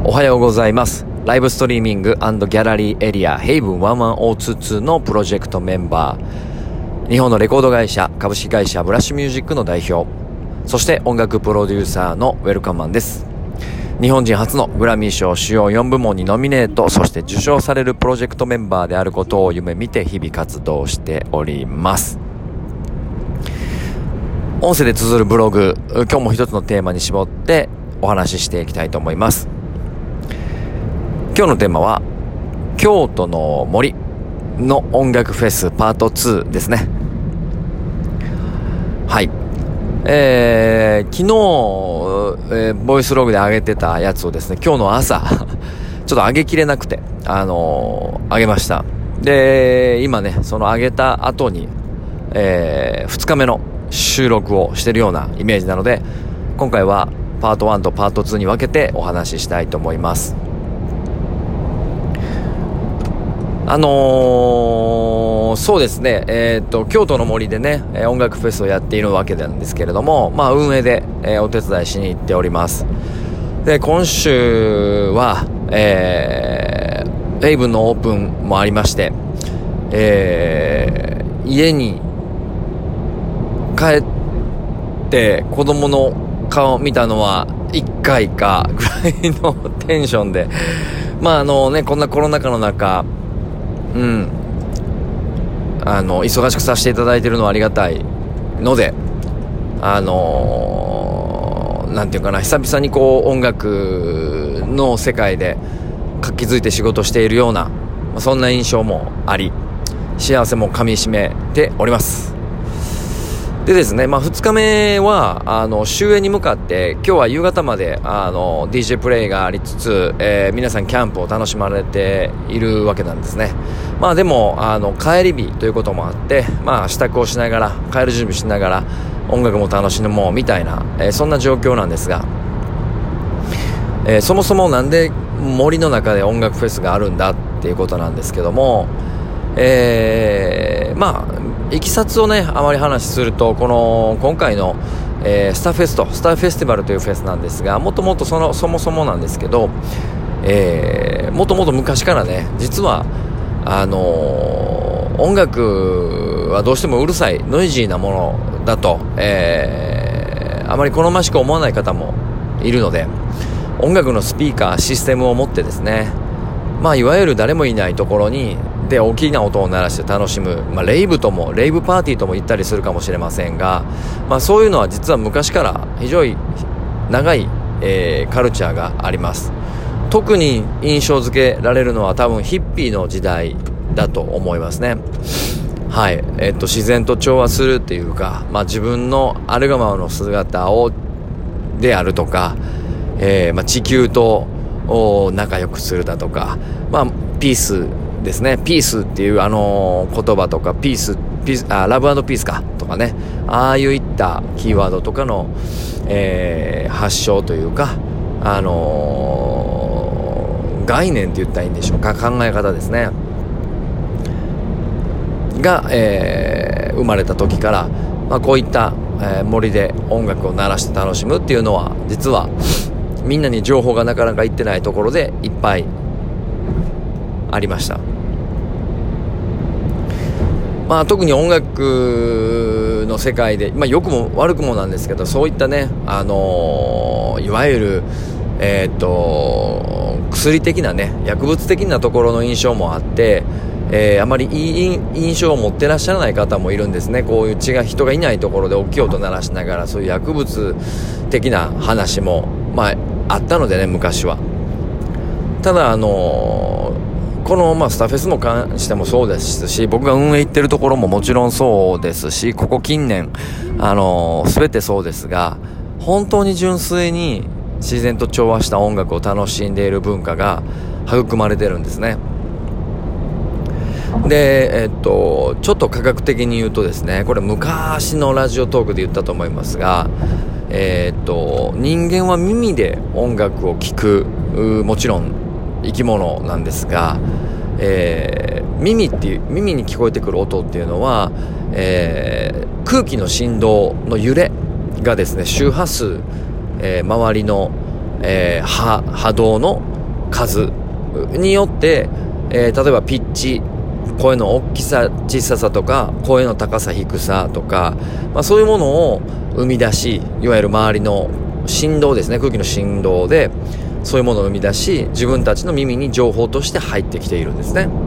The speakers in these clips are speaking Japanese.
おはようございます。ライブストリーミング&ギャラリーエリアヘイブン11022のプロジェクトメンバー、日本のレコード会社株式会社ブラッシュミュージックの代表、そして音楽プロデューサーのウェルカムマンです。日本人初のグラミー賞主要4部門にノミネート、そして受賞されるプロジェクトメンバーであることを夢見て日々活動しております。音声で綴るブログ、今日も一つのテーマに絞ってお話ししていきたいと思います。今日のテーマは京都の森の音楽フェスパート2ですね。はい。昨日、ボイスログで上げてたやつをですね、今日の朝ちょっと上げきれなくて上げました。で、今ね、その上げた後に、2日目の収録をしてるようなイメージなので、今回はパート1とパート2に分けてお話ししたいと思います。そうですね、京都の森でね、音楽フェスをやっているわけなんですけれども、運営で、お手伝いしに行っております。で、今週は、レイブンのオープンもありまして、家に帰って子供の顔見たのは1回かぐらいのテンションで、こんなコロナ禍の中、忙しくさせていただいているのはありがたいので、なんていうかな、久々にこう音楽の世界で活気づいて仕事しているような、そんな印象もあり、幸せもかみしめております。でですね、2日目は終演に向かって今日は夕方までDJ プレイがありつつ、皆さんキャンプを楽しまれているわけなんですね。でも帰り日ということもあって、支度をしながら、帰る準備しながら音楽も楽しもうみたいな、そんな状況なんですが、そもそもなんで森の中で音楽フェスがあるんだっていうことなんですけども、いきさつをね、あまり話すると、今回の、スターフェスティバルというフェスなんですが、もともとそもそもなんですけど、もともと昔からね、実は音楽はどうしてもうるさいノイジーなものだと、あまり好ましく思わない方もいるので、音楽のスピーカーシステムを持ってですね、いわゆる誰もいないところにで大きな音を鳴らして楽しむ、レイブパーティーとも言ったりするかもしれませんが、そういうのは実は昔から非常に長い、カルチャーがあります。特に印象付けられるのは多分ヒッピーの時代だと思いますね。はい。自然と調和するっていうか、自分のあるがままの姿をであるとか、地球と仲良くするだとか、ピースですね。ピースっていう言葉とか、ラブ&ピースかとかね、ああいったキーワードとかの、発祥というか、概念って言ったらいいんでしょうか、考え方ですねが、生まれた時から、こういった、森で音楽を鳴らして楽しむっていうのは、実はみんなに情報がなかなか行ってないところでいっぱいありました。特に音楽の世界で、良くも悪くもなんですけど、そういったね、いわゆる薬的なね、薬物的なところの印象もあって、あまりいい印象を持ってらっしゃらない方もいるんですね。こういう人がいないところで大きい音鳴らしながら、そういう薬物的な話もあったのでね、昔は。ただこのスタフェスも関してもそうですし、僕が運営行ってるところももちろんそうですし、ここ近年全てそうですが、本当に純粋に自然と調和した音楽を楽しんでいる文化が育まれてるんですね。で、ちょっと科学的に言うとですね、これ昔のラジオトークで言ったと思いますが、人間は耳で音楽を聴く、もちろん生き物なんですが、耳に聞こえてくる音っていうのは、空気の振動の揺れがですね、周波数、周りの、波動の数によって、例えばピッチ、声の大きさ小ささとか声の高さ低さとか、そういうものを生み出し、いわゆる周りの振動ですね、空気の振動でそういうものを生み出し、自分たちの耳に情報として入ってきているんですね。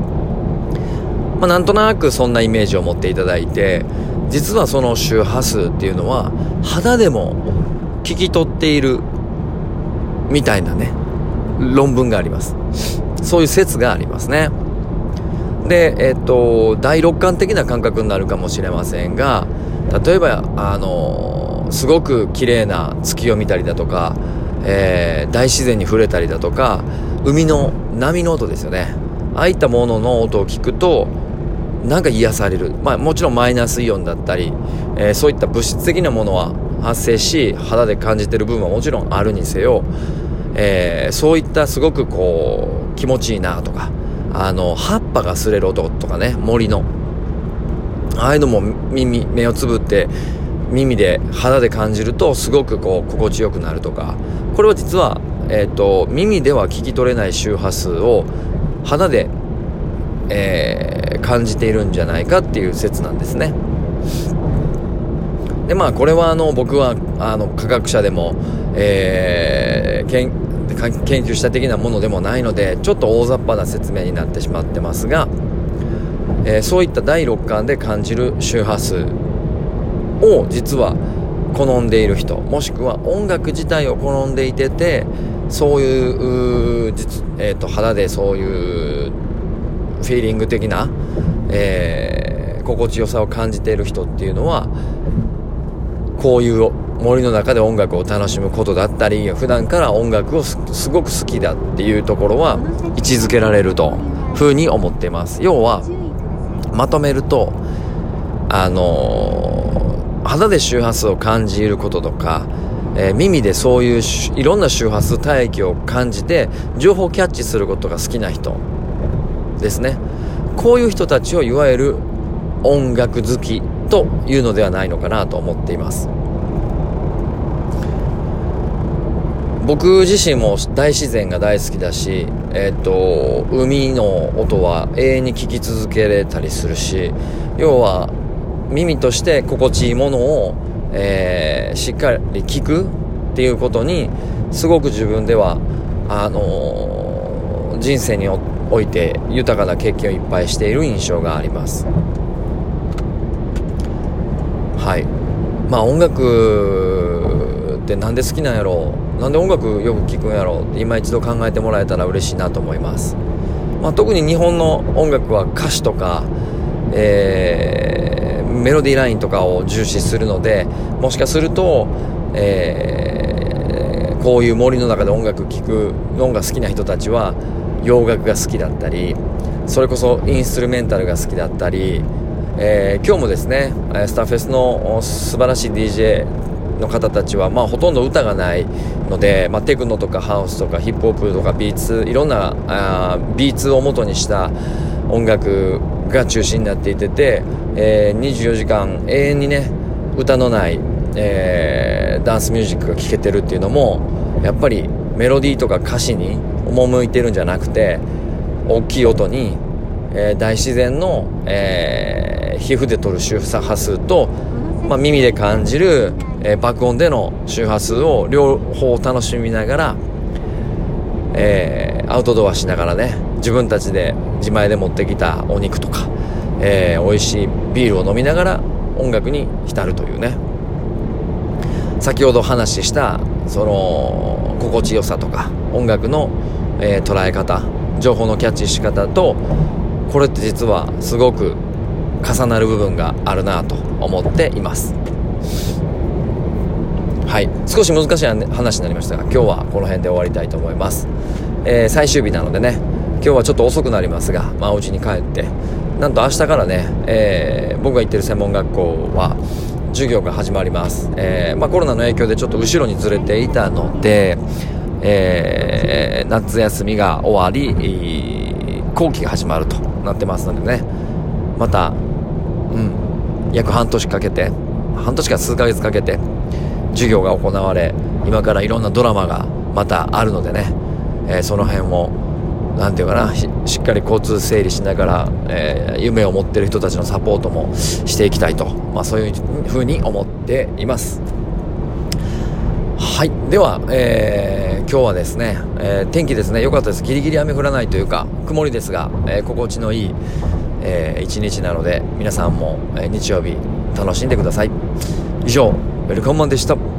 なんとなくそんなイメージを持っていただいて、実はその周波数っていうのは肌でも聞き取っているみたいなね、論文があります。そういう説がありますね。で、第六感的な感覚になるかもしれませんが、例えばすごく綺麗な月を見たりだとか、大自然に触れたりだとか、海の波の音ですよね。ああいったものの音を聞くとなんか癒される。もちろんマイナスイオンだったり、そういった物質的なものは発生し、肌で感じている部分はもちろんあるにせよ、そういったすごく気持ちいいなとか、葉っぱが擦れる音とかね、森のああいうのも目をつぶって耳で肌で感じるとすごく心地よくなるとか、これは実は、耳では聞き取れない周波数を肌で、感じているんじゃないかっていう説なんですね。でこれは僕は科学者でも、研究した的なものでもないので、ちょっと大雑把な説明になってしまってますが、そういった第六感で感じる周波数を実は好んでいる人、もしくは音楽自体を好んでいて、そういう、肌でそういうフィーリング的な、心地よさを感じている人っていうのは、こういう森の中で音楽を楽しむことだったり、普段から音楽をすごく好きだっていうところは位置づけられるとふうに思っています。要はまとめると、肌で周波数を感じることとか、耳でそういういろんな周波数帯域を感じて情報をキャッチすることが好きな人ですね。こういう人たちをいわゆる音楽好きというのではないのかなと思っています。僕自身も大自然が大好きだし、海の音は永遠に聞き続けれたりするし、要は耳として心地いいものを、しっかり聞くっていうことにすごく自分では人生において豊かな経験をいっぱいしている印象があります。はい。音楽ってなんで好きなんやろう、なんで音楽よく聴くんやろうって今一度考えてもらえたら嬉しいなと思います。特に日本の音楽は歌詞とか、メロディーラインとかを重視するので、もしかすると、こういう森の中で音楽聴くのが好きな人たちは洋楽が好きだったり、それこそインストゥルメンタルが好きだったり、今日もですねスターフェスの素晴らしい DJ の方たちは、ほとんど歌がないので、テクノとかハウスとかヒップホップとかビーツ、いろんなビーツを元にした音楽が中心になっていて、24時間永遠にね歌のない、ダンスミュージックが聴けてるっていうのも、やっぱりメロディーとか歌詞に赴いてるんじゃなくて、大きい音に、大自然の、皮膚で取る周波数と、耳で感じる、爆音での周波数を両方楽しみながら、アウトドアしながらね、自分たちで自前で持ってきたお肉とか、美味しいビールを飲みながら音楽に浸るというね、先ほど話したその心地よさとか音楽の、捉え方、情報のキャッチし方と、これって実はすごく重なる部分があるなと思っています。はい、少し難しい話になりましたが、今日はこの辺で終わりたいと思います。最終日なのでね、今日はちょっと遅くなりますが、お家に帰ってなんと明日からね、僕が行ってる専門学校は授業が始まります。コロナの影響でちょっと後ろにずれていたので、夏休みが終わり、後期が始まるとなってますのでね、また、約半年から数ヶ月かけて授業が行われ、今からいろんなドラマがまたあるのでね、 その辺をなんていうかな、しっかり交通整理しながら、夢を持ってる人たちのサポートもしていきたいと、そういう風に思っています。はい。では、今日はですね、天気ですね、良かったです。ギリギリ雨降らないというか、曇りですが、心地のいい、一日なので、皆さんも、日曜日楽しんでください。以上、ウェルカムマンでした。